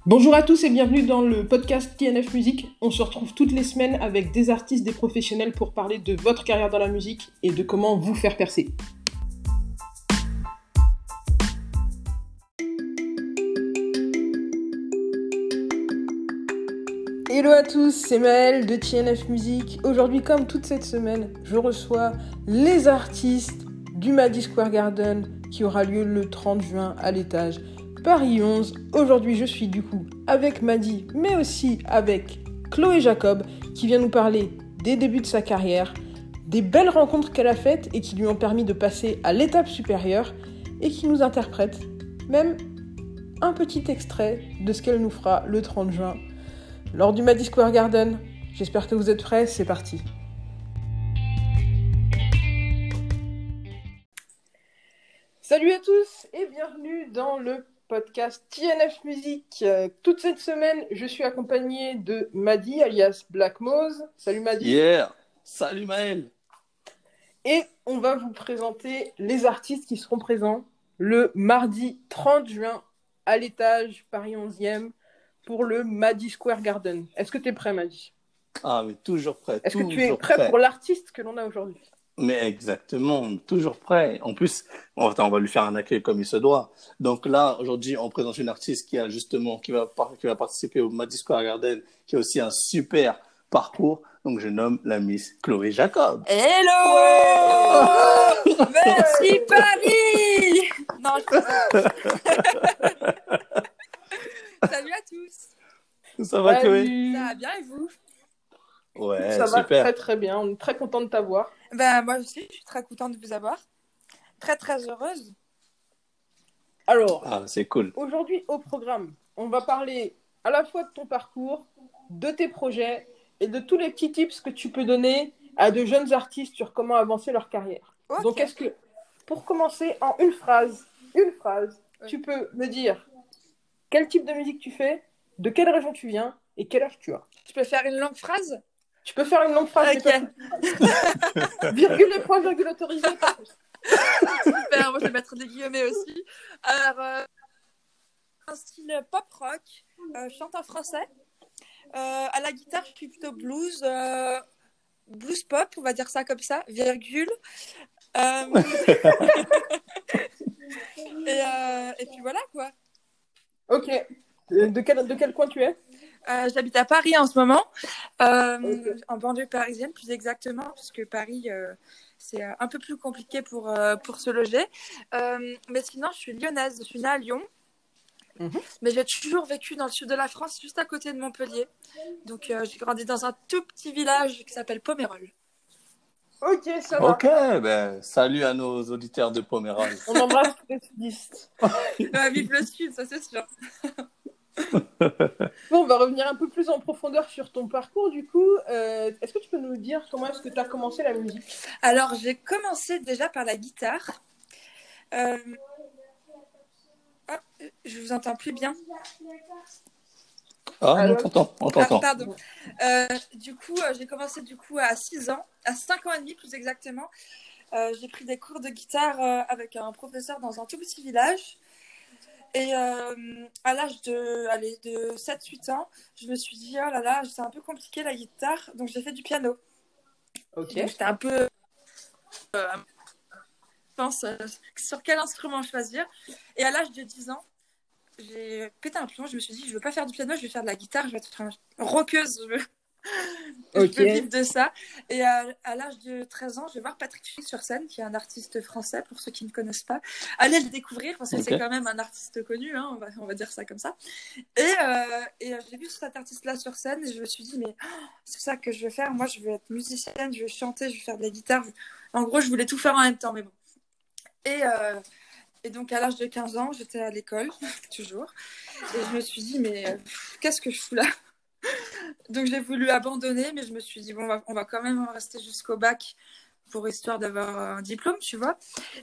Bonjour à tous et bienvenue dans le podcast TNF Musique. On se retrouve toutes les semaines avec des artistes, des professionnels pour parler de votre carrière dans la musique et de comment vous faire percer. Hello à tous, c'est Maëlle de TNF Musique. Aujourd'hui, comme toute cette semaine, je reçois les artistes du Maddy Square Garden qui aura lieu le 30 juin à l'étage Paris 11. Aujourd'hui, je suis du coup avec Maddy, mais aussi avec Chloé Jacob qui vient nous parler des débuts de sa carrière, des belles rencontres qu'elle a faites et qui lui ont permis de passer à l'étape supérieure et qui nous interprète même un petit extrait de ce qu'elle nous fera le 30 juin lors du Maddy Square Garden. J'espère que vous êtes prêts, c'est parti. Salut à tous et bienvenue dans le podcast TNF Musique. Toute cette semaine, je suis accompagné de Maddy, alias Black Mose. Salut Maddy. Yeah. Salut Maëlle. Et on va vous présenter les artistes qui seront présents le mardi 30 juin à l'étage Paris 11e pour le Maddy Square Garden. Est-ce que tu es prêt, Maddy ? Ah, mais toujours prêt. Est-ce que tu es prêt pour l'artiste que l'on a aujourd'hui ? Mais exactement, toujours prêt. En plus, on va lui faire un accueil comme il se doit. Donc là, aujourd'hui, on présente une artiste qui va participer au Maddy Square Garden, qui a aussi un super parcours. Donc je nomme la Miss Chloé Jacob. Hello. Merci Paris. Non, Salut à tous. Ça va, Chloé ? Ça va bien et vous ? Ouais, ça super. va très très bien. On est très content de t'avoir. Moi aussi, je suis très contente de vous avoir. Très très heureuse. Alors, c'est cool. Aujourd'hui au programme, on va parler à la fois de ton parcours, de tes projets et de tous les petits tips que tu peux donner à de jeunes artistes sur comment avancer leur carrière. Okay. Donc, est-ce que, pour commencer, en une phrase, tu peux me dire quel type de musique tu fais, de quelle région tu viens et quel âge tu as ? Je peux faire une longue phrase ? Tu peux faire une longue phrase. Ok. Virgule et point virgule autorisé. Super, moi je vais mettre des guillemets aussi. Alors, un style pop rock, je chante en français. À la guitare, je suis plutôt blues pop, on va dire ça comme ça, virgule. Et puis voilà quoi. Ok. De quel coin tu es ? J'habite à Paris en ce moment, en banlieue parisienne plus exactement, puisque Paris c'est un peu plus compliqué pour se loger. Mais sinon, je suis lyonnaise, je suis née à Lyon. Mais j'ai toujours vécu dans le sud de la France, juste à côté de Montpellier. Donc j'ai grandi dans un tout petit village qui s'appelle Pomerol. Ok, ça va. Ok, salut à nos auditeurs de Pomerol. On embrasse les sudistes. Vive le sud, ça c'est sûr. Bon, on va revenir un peu plus en profondeur sur ton parcours du coup. Est-ce que tu peux nous dire comment est-ce que tu as commencé la musique ? Alors, j'ai commencé déjà par la guitare. Je vous entends plus bien. On t'entend. Pardon. Du coup, j'ai commencé à 6 ans, à 5 ans et demi plus exactement. J'ai pris des cours de guitare avec un professeur dans un tout petit village. Et à l'âge de 7-8 ans, je me suis dit, oh là là, c'est un peu compliqué la guitare, donc j'ai fait du piano. Ok. Donc, j'étais un peu... je pense sur quel instrument choisir. Et à l'âge de 10 ans, j'ai pété un plomb, je me suis dit, je veux pas faire du piano, je vais faire de la guitare, je vais être rockeuse, je peux vivre de ça. Et à l'âge de 13 ans, je vais voir Patrick Fiori sur scène, qui est un artiste français, pour ceux qui ne connaissent pas. Allez le découvrir, parce que c'est quand même un artiste connu, hein, on va dire ça comme ça. Et j'ai vu cet artiste-là sur scène, et je me suis dit, mais c'est ça que je veux faire. Moi, je veux être musicienne, je veux chanter, je veux faire de la guitare. En gros, je voulais tout faire en même temps, mais bon. Et donc, à l'âge de 15 ans, j'étais à l'école, toujours. Et je me suis dit, mais qu'est-ce que je fous là ? Donc, j'ai voulu abandonner, mais je me suis dit, bon, on va quand même rester jusqu'au bac pour histoire d'avoir un diplôme, tu vois.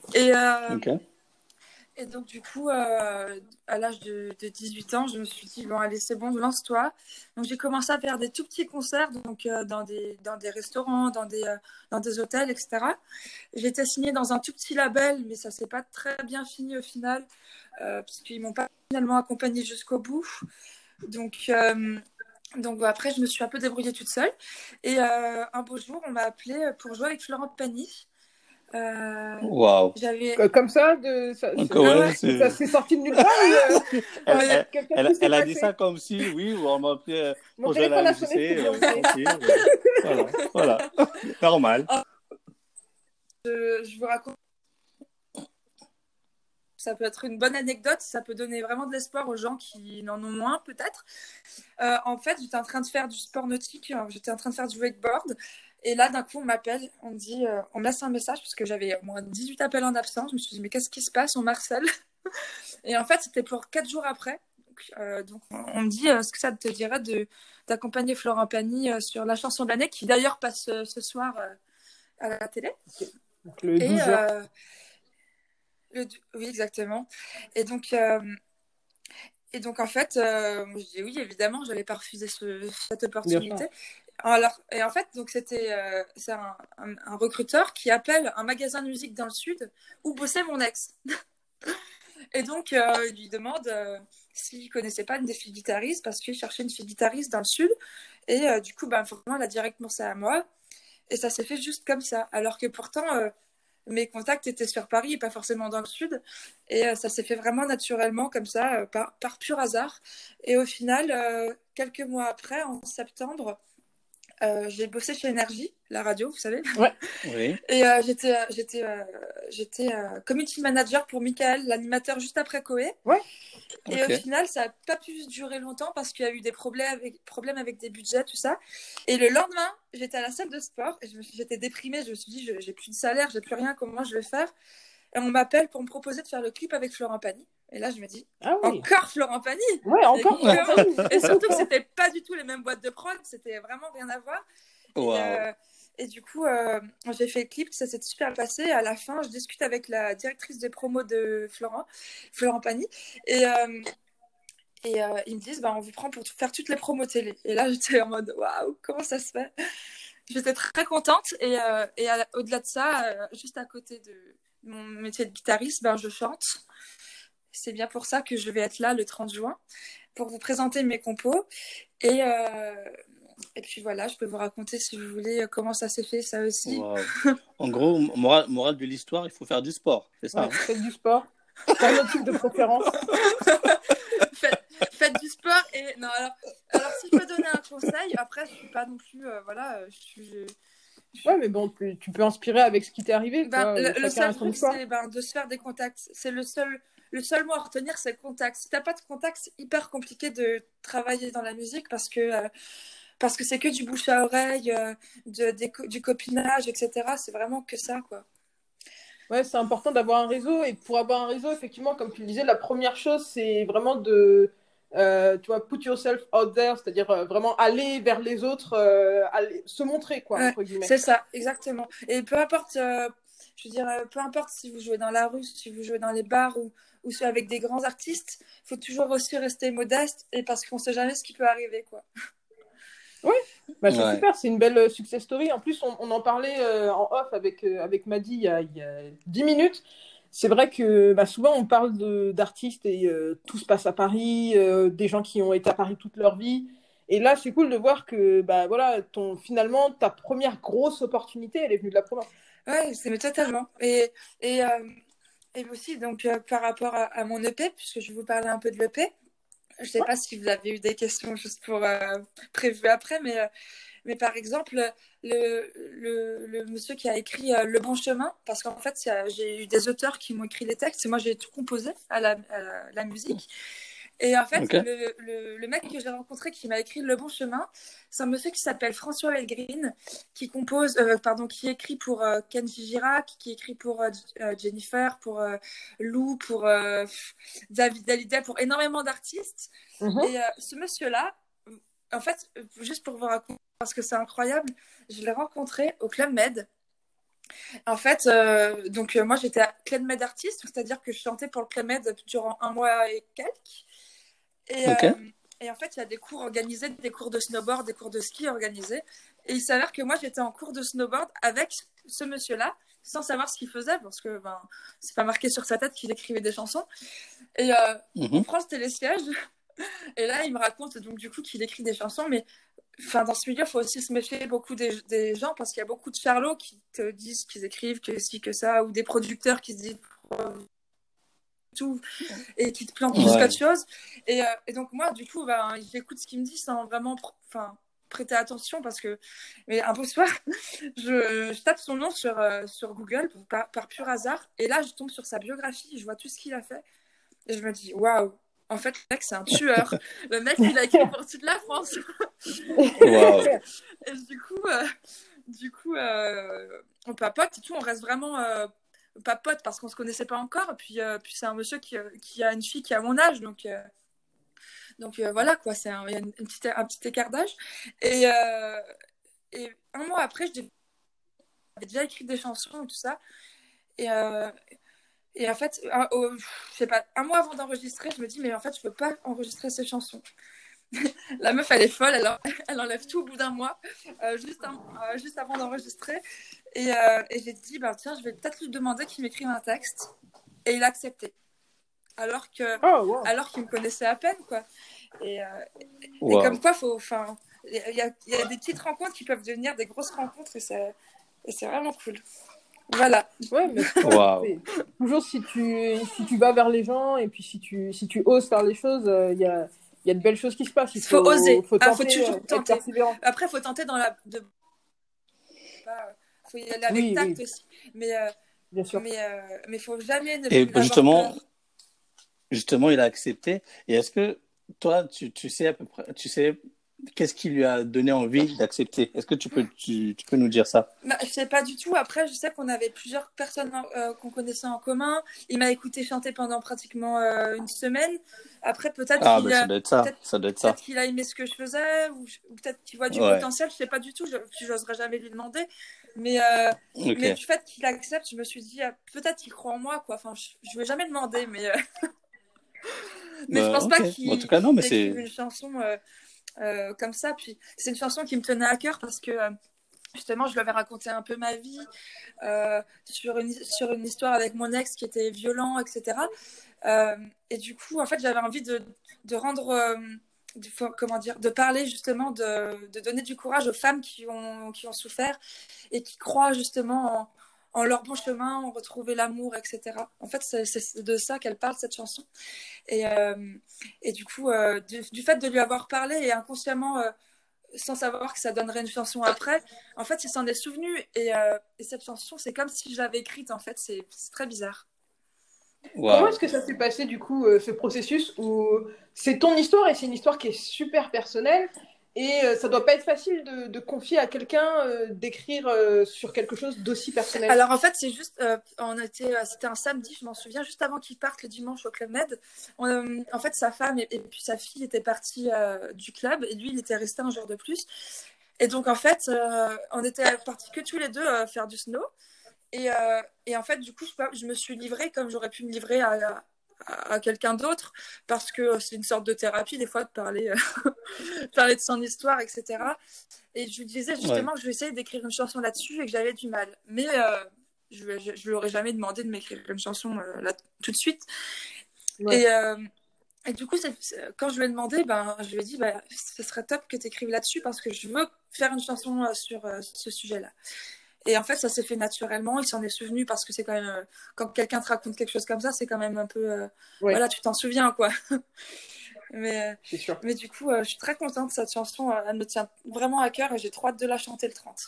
Et donc, du coup, à l'âge de 18 ans, je me suis dit, bon, allez, c'est bon, lance-toi. Donc, j'ai commencé à faire des tout petits concerts donc, dans des restaurants, dans des hôtels, etc. J'ai été signée dans un tout petit label, mais ça ne s'est pas très bien fini au final, puisqu'ils ne m'ont pas finalement accompagnée jusqu'au bout. Donc après, je me suis un peu débrouillée toute seule. Et un beau jour, on m'a appelée pour jouer avec Florent Pagny. Waouh. Comme ça, Ouais, ça s'est sorti de nulle part ou elle a dit ça comme si, oui, on m'a appelé Mon pour jouer à téléphone la a sonné, MJC. Tranquille, voilà. Normal. Je vous raconte. Ça peut être une bonne anecdote, ça peut donner vraiment de l'espoir aux gens qui n'en ont moins peut-être. En fait, j'étais en train de faire du sport nautique, j'étais en train de faire du wakeboard. Et là, d'un coup, on m'appelle, on me dit, on me laisse un message parce que j'avais au moins 18 appels en absence. Je me suis dit, mais qu'est-ce qui se passe? On m'harcèle. Et en fait, c'était pour 4 jours après. Donc on me dit, est-ce que ça te dirait d'accompagner Florent Pagny sur la chanson de l'année, qui d'ailleurs passe ce soir à la télé. Donc, le 12 heures. Oui, exactement. Et donc en fait, je dis oui, évidemment, je n'allais pas refuser cette opportunité. Alors, et en fait, donc c'est un recruteur qui appelle un magasin de musique dans le sud où bossait mon ex. Et donc, il lui demande s'il ne connaissait pas une des filles guitaristes parce qu'il cherchait une fille guitariste dans le sud. Et du coup, forcément, elle a directement pensé à moi. Et ça s'est fait juste comme ça. Alors que pourtant, mes contacts étaient sur Paris et pas forcément dans le sud. Et ça s'est fait vraiment naturellement comme ça, par pur hasard. Et au final, quelques mois après, en septembre, j'ai bossé chez Énergie, la radio, vous savez. Ouais. Oui. Et j'étais community manager pour Michael, l'animateur juste après Koé. Ouais. Et au final, ça n'a pas pu durer longtemps parce qu'il y a eu des problèmes avec des budgets, tout ça. Et le lendemain, j'étais à la salle de sport et j'étais déprimée. Je me suis dit, j'ai plus de salaire, j'ai plus rien, comment je vais faire? Et on m'appelle pour me proposer de faire le clip avec Florent Pagny. Et là, je me dis, encore Florent Pagny? Ouais, encore Florent Pagny. Et surtout que c'était pas du tout les mêmes boîtes de prod, c'était vraiment rien à voir. Wow. Et du coup, j'ai fait le clip, ça s'est super passé. À la fin, je discute avec la directrice de promo de Florent Pagny. Et ils me disent, on vous prend pour faire toutes les promos télé. Et là, j'étais en mode, waouh, comment ça se fait? J'étais très contente. Et au-delà de ça, juste à côté de mon métier de guitariste, je chante. C'est bien pour ça que je vais être là le 30 juin pour vous présenter mes compos. Et puis voilà, je peux vous raconter si vous voulez comment ça s'est fait, ça aussi. Wow. En gros, morale de l'histoire, il faut faire du sport, c'est ça? Ouais, faites du sport. Pas notre type de préférence. Faites du sport. Et non, alors si je peux donner un conseil, après je suis pas non plus Ouais, mais bon, tu peux inspirer avec ce qui t'est arrivé. Le seul truc, c'est de se faire des contacts. C'est le seul mot à retenir, c'est le contact. Si t'as pas de contact, c'est hyper compliqué de travailler dans la musique parce que c'est que du bouche à oreille, du copinage, etc. C'est vraiment que ça, quoi. Ouais, c'est important d'avoir un réseau. Et pour avoir un réseau, effectivement, comme tu le disais, la première chose, c'est vraiment de, tu vois, put yourself out there, c'est-à-dire vraiment aller vers les autres, se montrer, quoi, entre guillemets. C'est ça, exactement. Et peu importe, je veux dire, peu importe si vous jouez dans la rue, si vous jouez dans les bars ou avec des grands artistes, il faut toujours aussi rester modeste et parce qu'on ne sait jamais ce qui peut arriver, quoi. Oui, c'est super, c'est une belle success story. En plus, on en parlait en off avec Maddy il y a 10 minutes. C'est vrai que souvent on parle d'artistes et tout se passe à Paris, des gens qui ont été à Paris toute leur vie. Et là, c'est cool de voir que voilà, finalement, ta première grosse opportunité, elle est venue de la province. Oui, c'est totalement. Et aussi, donc, par rapport à mon EP, puisque je vais vous parler un peu de l'EP, je ne sais pas si vous avez eu des questions juste pour prévues après, mais par exemple, le monsieur qui a écrit Le Bon Chemin, parce qu'en fait, j'ai eu des auteurs qui m'ont écrit les textes et moi, j'ai tout composé à la musique. Et en fait, le mec que j'ai rencontré qui m'a écrit Le Bon Chemin, c'est un monsieur qui s'appelle François Elgreen, qui écrit pour Kenji Girac, qui écrit pour Jennifer, pour Lou, pour David Hallyday, pour énormément d'artistes. Et ce monsieur-là, en fait, juste pour vous raconter, parce que c'est incroyable, je l'ai rencontré au Club Med. En fait, moi j'étais à Club Med artiste, c'est-à-dire que je chantais pour le Club Med durant 1 mois et quelques. Et en fait, il y a des cours organisés, des cours de snowboard, des cours de ski organisés. Et il s'avère que moi, j'étais en cours de snowboard avec ce monsieur-là, sans savoir ce qu'il faisait, parce que c'est pas marqué sur sa tête qu'il écrivait des chansons. Et on prend le télésiège, Et là, il me raconte donc du coup qu'il écrit des chansons, mais enfin, dans ce milieu, il faut aussi se méfier beaucoup des gens parce qu'il y a beaucoup de charlots qui te disent qu'ils écrivent que ci, que ça, ou des producteurs qui se disent tout et qui te plantent plus qu'autre chose. Et donc, moi, du coup, j'écoute ce qu'il me dit sans vraiment prêter attention parce que, mais un beau soir, je tape son nom sur Google par pur hasard. Et là, je tombe sur sa biographie, je vois tout ce qu'il a fait. Et je me dis, waouh! En fait, le mec, c'est un tueur. Le mec, il a écrit pour toute la France. Wow. Et du coup, on papote et tout. On reste vraiment papote parce qu'on se connaissait pas encore. Puis c'est un monsieur qui a une fille qui a mon âge. Donc voilà, quoi. Il y a un petit écart d'âge. Et un mois après, j'avais déjà écrit des chansons et tout ça. Et en fait, je sais pas, un mois avant d'enregistrer, je me dis, mais en fait, je peux pas enregistrer ces chansons. La meuf, elle est folle, elle enlève tout au bout d'un mois, juste avant d'enregistrer. Et j'ai dit, tiens, je vais peut-être lui demander qu'il m'écrive un texte. Et il a accepté. Alors qu'il me connaissait à peine, quoi. Et comme quoi, il y a des petites rencontres qui peuvent devenir des grosses rencontres et c'est vraiment cool. Voilà. Ouais, mais toujours si tu vas vers les gens et puis si tu oses faire les choses, il y a de belles choses qui se passent. Il faut oser. Faut faut toujours tenter. Après, faut tenter faut y aller avec tact aussi. Mais bien sûr. Mais faut jamais ne et plus justement, il a accepté. Et est-ce que toi, tu sais à peu près, qu'est-ce qui lui a donné envie d'accepter? Est-ce que tu peux nous dire ça? Je sais pas du tout. Après, je sais qu'on avait plusieurs personnes qu'on connaissait en commun. Il m'a écouté chanter pendant pratiquement une semaine. Après, peut-être ça doit être ça. Peut-être qu'il a aimé ce que je faisais ou peut-être qu'il voit du potentiel. Je sais pas du tout. J'oserais jamais lui demander. Mais du fait qu'il accepte, je me suis dit peut-être qu'il croit en moi, quoi. Enfin, je vais jamais demander, mais mais je pense pas qu'il écrive une chanson comme ça. Puis c'est une chanson qui me tenait à cœur parce que justement je lui avais raconté un peu ma vie sur une histoire avec mon ex qui était violent, etc. Et du coup en fait j'avais envie de rendre de parler justement, de donner du courage aux femmes qui ont souffert et qui croient justement en leur bon chemin, en retrouver l'amour, etc. En fait, c'est de ça qu'elle parle, cette chanson. Et du coup, du fait de lui avoir parlé et inconsciemment, sans savoir que ça donnerait une chanson après, en fait, il s'en est souvenu. Et cette chanson, c'est comme si je l'avais écrite, en fait. C'est très bizarre. Wow. Comment est-ce que ça s'est passé, du coup, ce processus où c'est ton histoire et c'est une histoire qui est super personnelle et ça doit pas être facile de confier à quelqu'un d'écrire sur quelque chose d'aussi personnel? Alors en fait c'est juste c'était un samedi, je m'en souviens, juste avant qu'il parte le dimanche au Club Med. En fait sa femme et puis sa fille étaient partis du club et lui il était resté un jour de plus. Et donc en fait on était partis que tous les deux faire du snow. Et en fait du coup je me suis livrée comme j'aurais pu me livrer à quelqu'un d'autre, parce que c'est une sorte de thérapie des fois de parler de son histoire, etc. Et je lui disais justement que je vais essayer d'écrire une chanson là-dessus et que j'avais du mal, mais je lui aurais jamais demandé de m'écrire une chanson là tout de suite. Et du coup quand je lui ai demandé, je lui ai dit ce serait top que tu écrives là-dessus parce que je veux faire une chanson sur ce sujet-là. Et en fait, ça s'est fait naturellement. Il s'en est souvenu parce que c'est quand même... quand quelqu'un te raconte quelque chose comme ça, c'est quand même un peu... Voilà, tu t'en souviens, quoi. Mais du coup, je suis très contente de cette chanson. Elle me tient vraiment à cœur et j'ai trop hâte de la chanter le 30.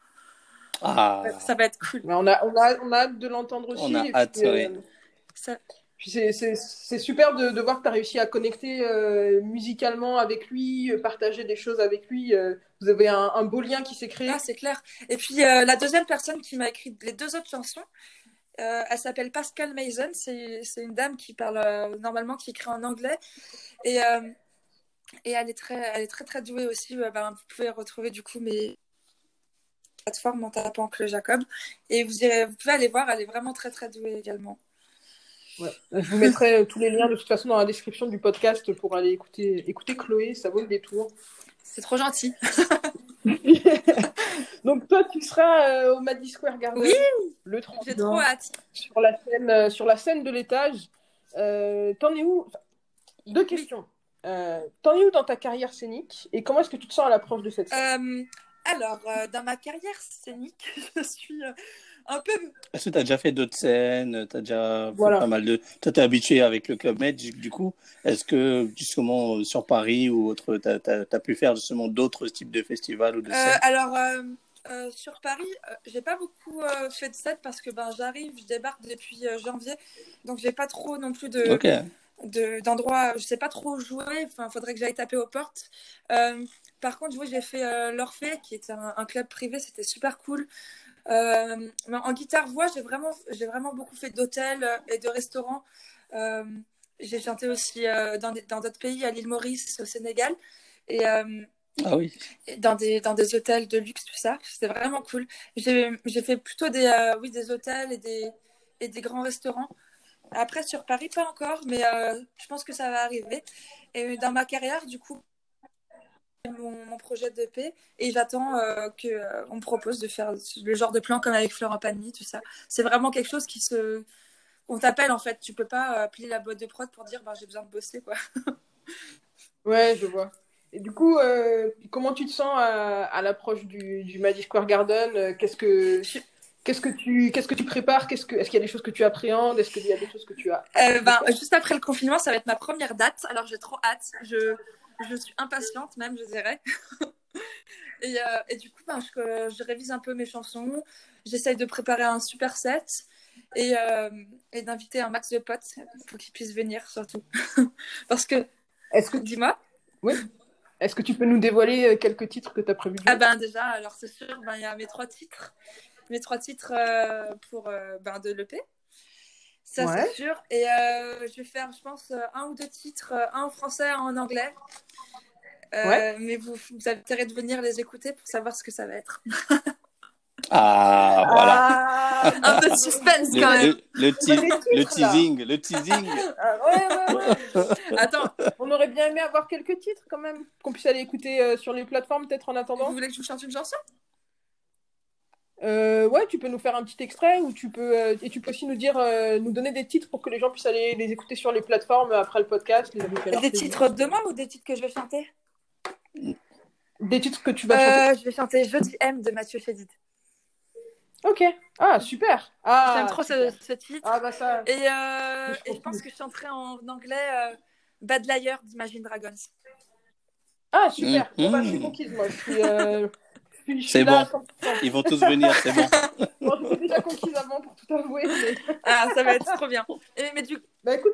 Ça va être cool. Mais on a hâte de l'entendre aussi. On a hâte, Puis c'est super de voir que tu as réussi à connecter musicalement avec lui, partager des choses avec lui. Vous avez un beau lien qui s'est créé. Ah, c'est clair. Et puis la deuxième personne qui m'a écrit les deux autres chansons, elle s'appelle Pascal Mason. C'est une dame qui parle normalement, qui écrit en anglais. Et elle est très très douée aussi. Vous pouvez retrouver du coup mes plateformes en tapant Chloé Jacob. Et vous pouvez aller voir, elle est vraiment très très douée également. Ouais. Je vous mettrai tous les liens de toute façon dans la description du podcast pour aller écouter Chloé, ça vaut le détour. C'est trop gentil. Donc toi tu seras au Maddy Square Garden le 30 J'ai trop hâte. Sur la scène de l'étage. T'en es où? Deux questions. T'en es où dans ta carrière scénique et comment est-ce que tu te sens à l'approche de cette scène? Dans ma carrière scénique, je suis un peu. Est-ce que tu as déjà fait d'autres scènes? Tu as déjà fait pas Voilà. mal de. Toi, tu es habitué avec le Club Med, du coup. Est-ce que, justement, sur Paris ou autre, tu as pu faire justement d'autres types de festivals ou de scènes? Sur Paris, j'ai pas beaucoup fait de set parce que je débarque depuis janvier, donc j'ai pas trop non plus Ok. d'endroits, je sais pas trop jouer, enfin faudrait que j'aille taper aux portes. Euh, Par contre, oui, j'ai fait l'Orphée, qui était un club privé, c'était super cool. Mais en guitare-voix, j'ai vraiment beaucoup fait d'hôtels et de restaurants. Euh, j'ai chanté aussi dans d'autres pays, à l'île Maurice, au Sénégal. Et Ah oui. dans des hôtels de luxe, tout ça. C'était vraiment cool. J'ai fait plutôt des hôtels et des grands restaurants. Après, sur Paris, pas encore, mais je pense que ça va arriver. Et dans ma carrière, du coup, mon projet d'EP et j'attends qu'on me propose de faire le genre de plan comme avec Florent Pagny, tout ça. C'est vraiment quelque chose on t'appelle en fait. Tu peux pas appeler la boîte de prod pour dire j'ai besoin de bosser, quoi. Ouais, je vois. Et du coup, comment tu te sens à l'approche du Madison Square Garden? Je, Qu'est-ce que tu prépares? Est-ce qu'il y a des choses que tu appréhendes? Est-ce qu'il y a des choses que tu as hâte de faire? Juste après le confinement, ça va être ma première date. Alors j'ai trop hâte. Je suis impatiente même, je dirais. Et du coup, je révise un peu mes chansons. J'essaye de préparer un super set et d'inviter un max de potes pour qu'ils puissent venir surtout. Parce que, Est-ce que tu... dis-moi. Oui. Est-ce que tu peux nous dévoiler quelques titres que tu as prévu de Ah jouer? ben déjà, alors c'est sûr, il y a mes trois titres pour de l'EP. Ça c'est Ouais. sûr. Et je vais faire, je pense, un ou deux titres, un en français, un en anglais. Ouais. Mais vous avez intérêt de venir les écouter pour savoir ce que ça va être. Ah, voilà. Ah, Un peu de suspense quand même. on a des Le titres là. teasing, le teasing. Ah, ouais. Attends, On aurait bien aimé avoir quelques titres quand même, qu'on puisse aller écouter sur les plateformes peut-être en vous attendant. voulez que je vous chante une chanson? Ouais, tu peux nous faire un petit extrait ou tu peux aussi nous dire, nous donner des titres pour que les gens puissent aller les écouter sur les plateformes après le podcast, les ajouter à leur Des playlist. titres de moi ou des titres que je vais chanter? Des titres que tu vas chanter. Je vais chanter Jeudi M de Mathieu Chédid. Ok. Ah, super. J'aime Ah, trop super. ce titre. Ah, bah ça, je Et je pense continue. que je chanterai en anglais Bad Liar d'Imagine Dragons. Ah, super. Bon, bah, je suis Mhm. conquise, moi. Je suis C'est là à bon. 100%. Ils vont tous venir, c'est bon. Bon, j'étais déjà conquise avant pour tout avouer. Ah, ça va être trop bien. Mais Bah, écoute,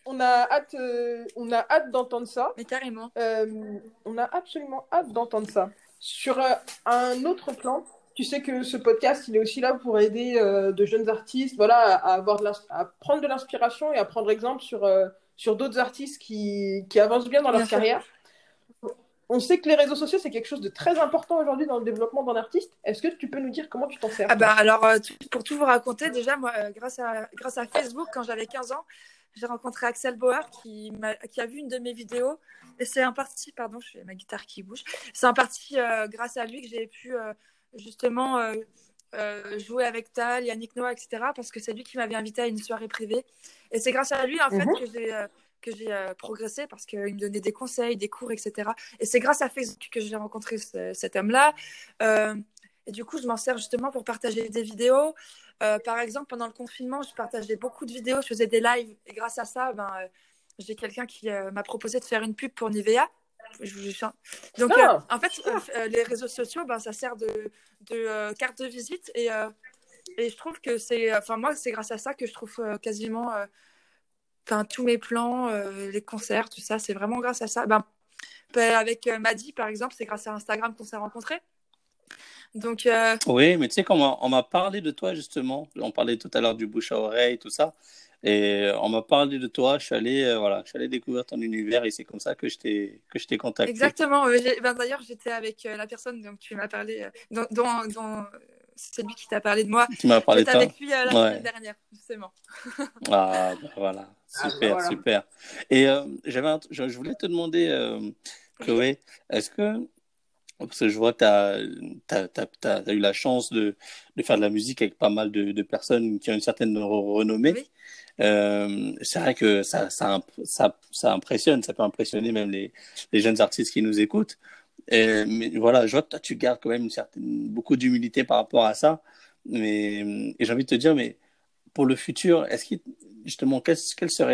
on a hâte d'entendre ça. mais carrément. On a absolument hâte d'entendre ça. Sur un autre plan, tu sais que ce podcast, il est aussi là pour aider de jeunes artistes, voilà, à prendre de l'inspiration et à prendre exemple sur d'autres artistes qui avancent bien dans Bien leur sûr. carrière. On sait que les réseaux sociaux, c'est quelque chose de très important aujourd'hui dans le développement d'un artiste. Est-ce que tu peux nous dire comment tu t'en sers, Ah bah toi? alors, pour tout vous raconter, déjà, moi, grâce à Facebook, quand j'avais 15 ans, j'ai rencontré Axel Bauer qui a vu une de mes vidéos. Et c'est un parti, pardon, j'ai ma guitare qui bouge. C'est un parti grâce à lui que j'ai pu justement jouer avec Tal, Yannick Noah, etc. Parce que c'est lui qui m'avait invité à une soirée privée. Et c'est grâce à lui, en fait, Mhm. que j'ai progressé parce qu'il me donnait des conseils, des cours, etc. Et c'est grâce à Facebook que j'ai rencontré cet homme-là. Euh, et du coup, je m'en sers justement pour partager des vidéos. Par exemple, pendant le confinement, je partageais beaucoup de vidéos, je faisais des lives. Et grâce à ça, j'ai quelqu'un qui m'a proposé de faire une pub pour Nivea. Donc, Ah, en fait, super. les réseaux sociaux, ça sert de carte de visite. Et je trouve que moi, c'est grâce à ça que je trouve quasiment tous mes plans, les concerts, tout ça. C'est vraiment grâce à ça. Avec Maddy, par exemple, c'est grâce à Instagram qu'on s'est rencontrés. Donc, Oui, mais tu sais, quand on m'a parlé de toi, justement, on parlait tout à l'heure du bouche à oreille, tout ça, et on m'a parlé de toi, voilà, je suis allé découvrir ton univers et c'est comme ça que je t'ai contacté. exactement. D'ailleurs, j'étais avec la personne dont tu m'as parlé, c'est lui qui t'a parlé de moi. Tu m'as parlé de J'étais toi? avec lui la semaine Ouais. dernière, justement. Ah, ben voilà, Ah, bah, super, voilà. super. Et je voulais te demander, Oui. Chloé, est-ce que Parce que je vois que tu as eu la chance de faire de la musique avec pas mal de personnes qui ont une certaine renommée. Oui. C'est vrai que ça impressionne, ça peut impressionner même les jeunes artistes qui nous écoutent. Mais voilà, je vois que toi, tu gardes quand même beaucoup d'humilité par rapport à ça. Et j'ai envie de te dire, mais pour le futur, justement, quels seraient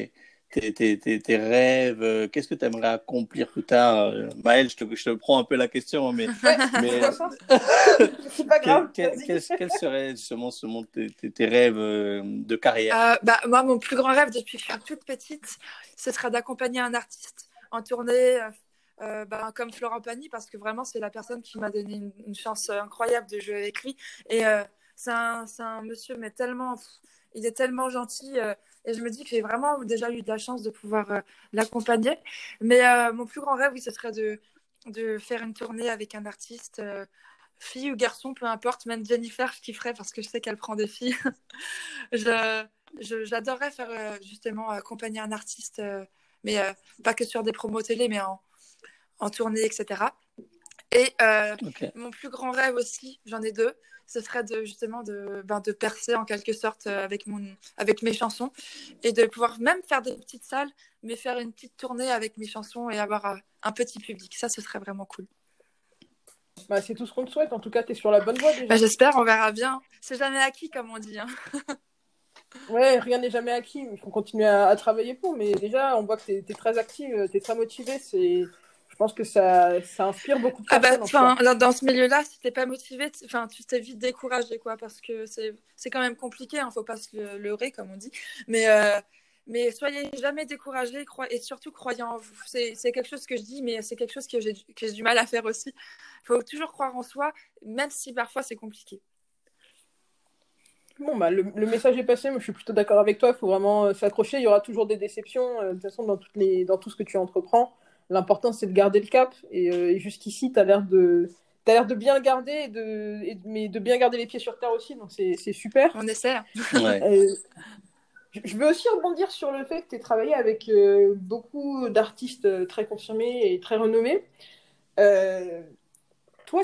tes rêves? Qu'est-ce que tu aimerais accomplir plus tard? Maël, je te prends un peu la question, Ouais, je mais vois ça. C'est pas grave, vas-y. quels seraient justement tes rêves de carrière? Moi, mon plus grand rêve depuis que je suis toute petite, ce sera d'accompagner un artiste en tournée, comme Florent Pagny, parce que vraiment, c'est la personne qui m'a donné une chance incroyable de jouer avec lui. Et c'est un monsieur, mais tellement, il est tellement gentil. Et je me dis que j'ai vraiment déjà eu de la chance de pouvoir l'accompagner. Mais mon plus grand rêve, oui, ce serait de faire une tournée avec un artiste. Fille ou garçon, peu importe, même Jennifer, je kifferais parce que je sais qu'elle prend des filles. je, j'adorerais faire justement accompagner un artiste, mais pas que sur des promos télé, mais en tournée, etc. Et Ok. mon plus grand rêve aussi, j'en ai deux, ce serait justement de percer en quelque sorte avec mes chansons et de pouvoir même faire des petites salles, mais faire une petite tournée avec mes chansons et avoir un petit public. Ça, ce serait vraiment cool. Bah, c'est tout ce qu'on te souhaite. En tout cas, tu es sur la bonne voie déjà. J'espère, on verra bien. C'est jamais acquis, comme on dit. Hein. Ouais, rien n'est jamais acquis. Il faut continuer à travailler pour. Mais déjà, on voit que tu es très active, tu es très motivée. Je pense que ça inspire beaucoup de personnes en tout cas. Dans ce milieu-là, si t'es pas motivé, tu t'es vite découragé, quoi, parce que c'est quand même compliqué, hein, faut pas se leurrer, comme on dit. Mais soyez jamais découragés et surtout croyez en vous. C'est quelque chose que je dis, mais c'est quelque chose que j'ai du mal à faire aussi. Il faut toujours croire en soi, même si parfois c'est compliqué. Bon, bah, le message est passé. Moi, je suis plutôt d'accord avec toi. Il faut vraiment s'accrocher. Il y aura toujours des déceptions. De toute façon, dans tout ce que tu entreprends, l'important, c'est de garder le cap. Et jusqu'ici, tu as l'air de bien le garder, mais de bien garder les pieds sur terre aussi. Donc, c'est super. On essaie. Ouais. Je veux aussi rebondir sur le fait que tu aies travaillé avec beaucoup d'artistes très confirmés et très renommés. Euh, Toi,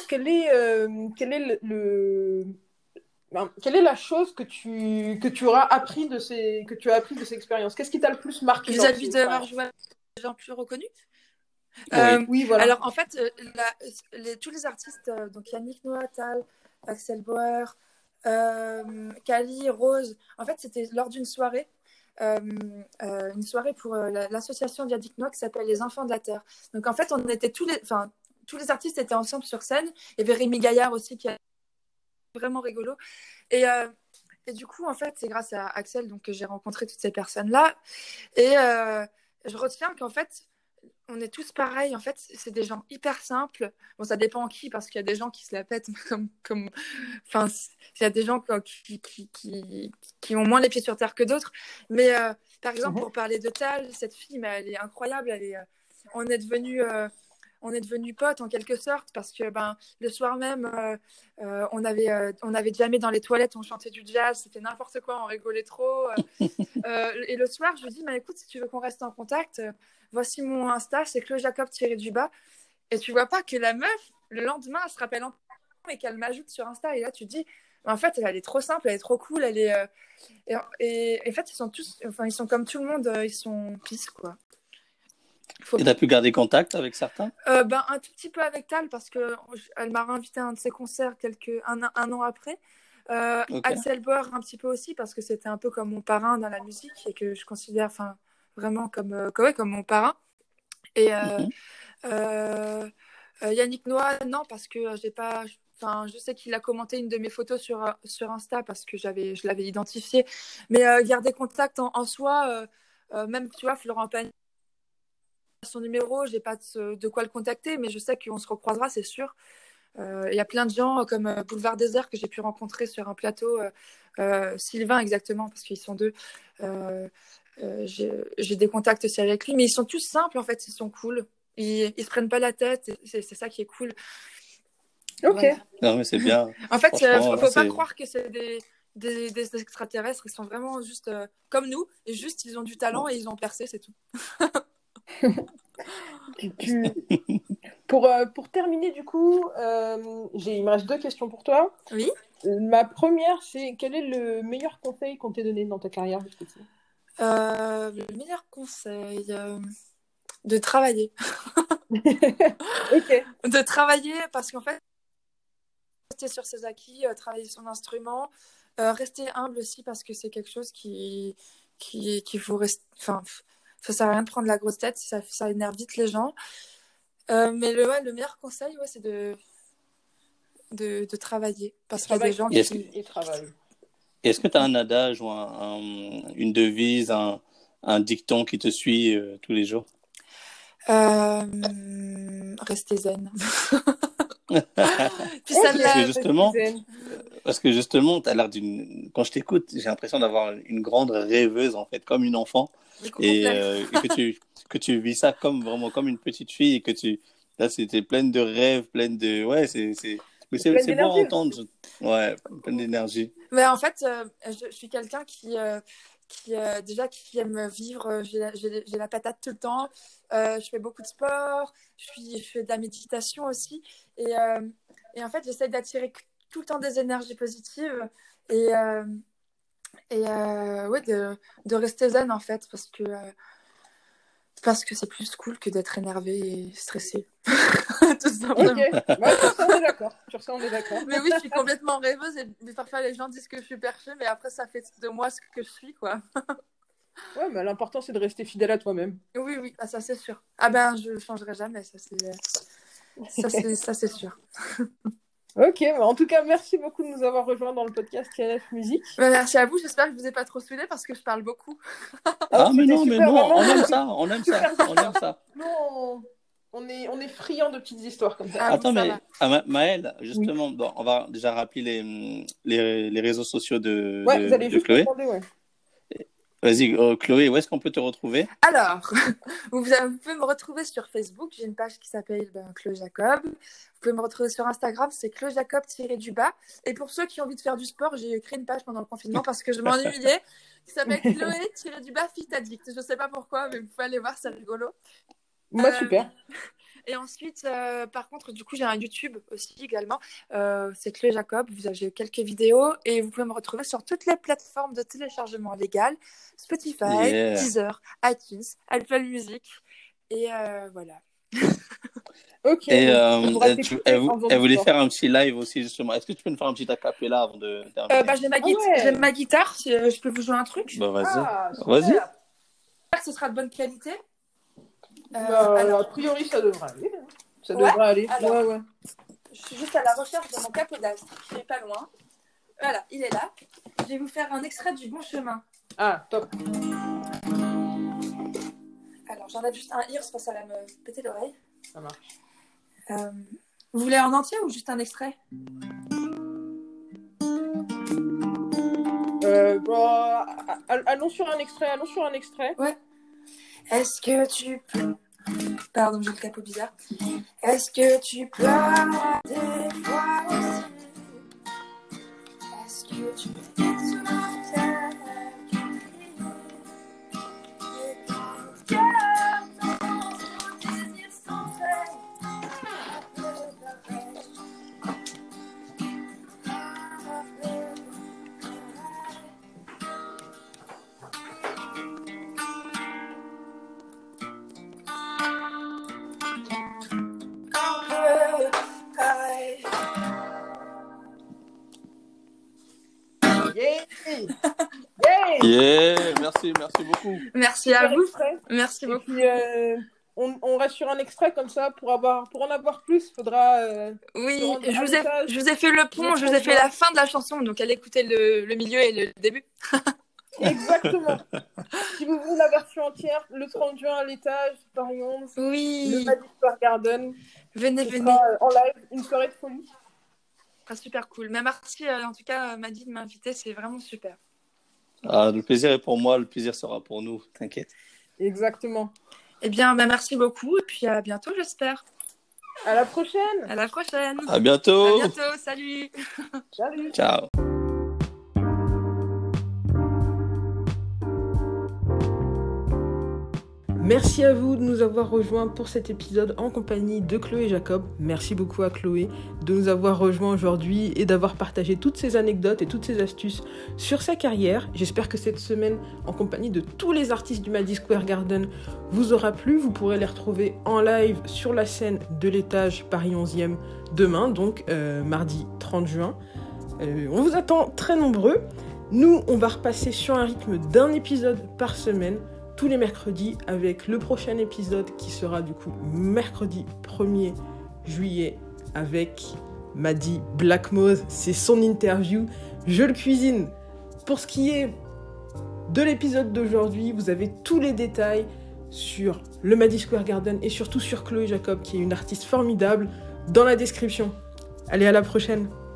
quelle est la chose que tu auras appris que tu as appris de ces expériences? Qu'est-ce qui t'a le plus marqué dans ces Vis-à-vis d'avoir expériences? joué avec des gens plus reconnus. Oui. Oui, voilà. Alors, en fait, tous les artistes, donc Yannick Noatal, Axel Bauer, Kali, Rose, en fait, c'était lors d'une soirée. Une soirée pour l'association Yannick Noah qui s'appelle Les Enfants de la Terre. Donc en fait, on était tous les artistes étaient ensemble sur scène. Il y avait Rémi Gaillard aussi qui est vraiment rigolo. Et du coup, en fait, c'est grâce à Axel donc, que j'ai rencontré toutes ces personnes-là. Et je retiens qu'en fait, on est tous pareils. En fait, c'est des gens hyper simples. Bon, ça dépend en qui, parce qu'il y a des gens qui se la pètent, enfin, il y a des gens qui ont moins les pieds sur terre que d'autres. Mais par exemple, pour parler de Tal, cette fille, mais elle est incroyable. On est devenus potes en quelque sorte parce que le soir même, on avait jamais dans les toilettes, on chantait du jazz, c'était n'importe quoi, on rigolait trop. Et le soir, je lui dis, écoute, si tu veux qu'on reste en contact, voici mon Insta, c'est Chloé Jacob du bas. Et tu vois pas que la meuf, le lendemain, elle se rappelle encore et qu'elle m'ajoute sur Insta. Et là, tu te dis, en fait, elle est trop simple, elle est trop cool, elle est. Et en fait, ils sont comme tout le monde, ils sont pisses, quoi. Et tu as pu garder contact avec certains? Un tout petit peu avec Tal parce qu'elle m'a réinvité à un de ses concerts un an après. Ok. Axel Bauer un petit peu aussi parce que c'était un peu comme mon parrain dans la musique et que je considère vraiment comme mon parrain. Et Yannick Noah, non, parce que j'ai pas. Je sais qu'il a commenté une de mes photos sur Insta parce que je l'avais identifié. Mais garder contact en soi, même, tu vois, Florent Pagny, son numéro, j'ai pas de quoi le contacter, mais je sais qu'on se recroisera, c'est sûr. Il y a plein de gens comme Boulevard Désert que j'ai pu rencontrer sur un plateau, Sylvain exactement, parce qu'ils sont deux. J'ai des contacts aussi avec lui, mais ils sont tous simples en fait, ils sont cool. Ils se prennent pas la tête, c'est ça qui est cool. Ok. Voilà. Non, mais c'est bien. En fait, faut pas c'est... croire que c'est des extraterrestres, ils sont vraiment juste comme nous, et juste ils ont du talent et ils ont percé, c'est tout. Tu, tu- Pour terminer, du coup, il me reste 2 questions pour toi. Oui. Ma première, c'est quel est le meilleur conseil qu'on t'ait donné dans ta carrière jusqu'ici? Le meilleur conseil, de travailler. Ok. De travailler parce qu'en fait, rester sur ses acquis, travailler son instrument, rester humble aussi parce que c'est quelque chose qu'il faut rester. Enfin, ça sert à rien de prendre la grosse tête, ça énerve vite les gens. Mais le meilleur conseil, c'est de travailler parce qu'il y a des gens qui travaillent. Est-ce que tu as un adage ou une devise, un dicton qui te suit tous les jours? Rester zen. Puis parce que justement, t'as l'air quand je t'écoute, j'ai l'impression d'avoir une grande rêveuse en fait, comme une enfant, et que tu vis ça vraiment comme une petite fille et que là c'était pleine de rêves, pleine de mais c'est bon à entendre, pleine d'énergie. Mais en fait, je suis quelqu'un qui aime vivre. J'ai la patate tout le temps. Je fais beaucoup de sport. Je fais de la méditation aussi. Et en fait, j'essaie d'attirer tout le temps des énergies positives et de rester zen en fait parce que c'est plus cool que d'être énervé et stressé. Tout simplement. Ok, sur ça on est d'accord. Mais oui, je suis complètement rêveuse et parfois les gens disent que je suis perchée, mais après ça fait de moi ce que je suis, quoi. Ouais, mais l'important c'est de rester fidèle à toi-même. Oui, ça c'est sûr. Ah ben, je changerai jamais, ça c'est sûr. Ok, en tout cas, merci beaucoup de nous avoir rejoints dans le podcast TNF Musique. Merci à vous, j'espère que je vous ai pas trop saoulé parce que je parle beaucoup. Mais non, on aime ça. Non, on est friands de petites histoires comme ça. Attends, mais Maëlle, justement, bon, on va déjà rappeler les réseaux sociaux de vous allez juste Chloé. Demander, Vas-y, Chloé, où est-ce qu'on peut te retrouver? Alors, vous pouvez me retrouver sur Facebook, j'ai une page qui s'appelle Chloé Jacob. Vous pouvez me retrouver sur Instagram, c'est Chloé Jacob-du-bas. Et pour ceux qui ont envie de faire du sport, j'ai créé une page pendant le confinement parce que je m'ennuyais, qui s'appelle Chloé-du-bas Fit Addict. Je sais pas pourquoi, mais vous pouvez aller voir, c'est rigolo. Moi, super. Et ensuite, par contre, du coup, j'ai un YouTube aussi également. C'est Chloé Jacob. J'ai quelques vidéos et vous pouvez me retrouver sur toutes les plateformes de téléchargement légal. Spotify, Deezer, iTunes, Apple Music. Et voilà. Ok. Et elle voulait faire un petit live aussi, justement. Est-ce que tu peux nous faire un petit acapella avant de terminer? J'ai ma guitare. Je peux vous jouer un truc? Vas-y. J'espère que ce sera de bonne qualité. A priori, ça devrait aller. Ça devrait aller. Alors, je suis juste à la recherche de mon capot d'astre, qui n'est pas loin. Voilà, il est là. Je vais vous faire un extrait du Bon Chemin. Ah, top. Alors, j'enlève juste un ears parce que ça va me péter l'oreille. Ça marche. Vous voulez en entier ou juste un extrait? Allons sur un extrait. Ouais. Est-ce que tu peux... Pardon, j'ai le capot bizarre. Est-ce que tu peux des fois aussi? Est-ce que tu peux sur terre et ton cœur dans ton désir sans Merci beaucoup. Merci à vous. Merci beaucoup. Et puis, on reste sur un extrait comme ça pour en avoir plus. Faudra. Oui, je vous ai fait le pont, je vous ai fait la fin de la chanson, donc allez écouter le milieu et le début. Exactement. Si vous voulez la version entière, le 30 juin à l'étage, Paris 11. Oui. Le Madison Square Garden. Venez. En live, une soirée de folie. Super cool. Mais merci en tout cas, Maddy, de m'inviter, c'est vraiment super. Le plaisir est pour moi, le plaisir sera pour nous, t'inquiète. Exactement. Eh bien, merci beaucoup et puis à bientôt, j'espère. À la prochaine. À bientôt. Salut. Salut. Ciao. Merci à vous de nous avoir rejoints pour cet épisode en compagnie de Chloé et Jacob. Merci beaucoup à Chloé de nous avoir rejoints aujourd'hui et d'avoir partagé toutes ces anecdotes et toutes ces astuces sur sa carrière. J'espère que cette semaine, en compagnie de tous les artistes du Madison Square Garden, vous aura plu. Vous pourrez les retrouver en live sur la scène de l'étage Paris 11e demain, donc mardi 30 juin. On vous attend très nombreux. Nous, on va repasser sur un rythme d'un épisode par semaine, tous les mercredis, avec le prochain épisode qui sera du coup mercredi 1er juillet avec Maddy Blackmore. C'est son interview. Je le cuisine. Pour ce qui est de l'épisode d'aujourd'hui, vous avez tous les détails sur le Madison Square Garden et surtout sur Chloé Jacob, qui est une artiste formidable, dans la description. Allez, à la prochaine.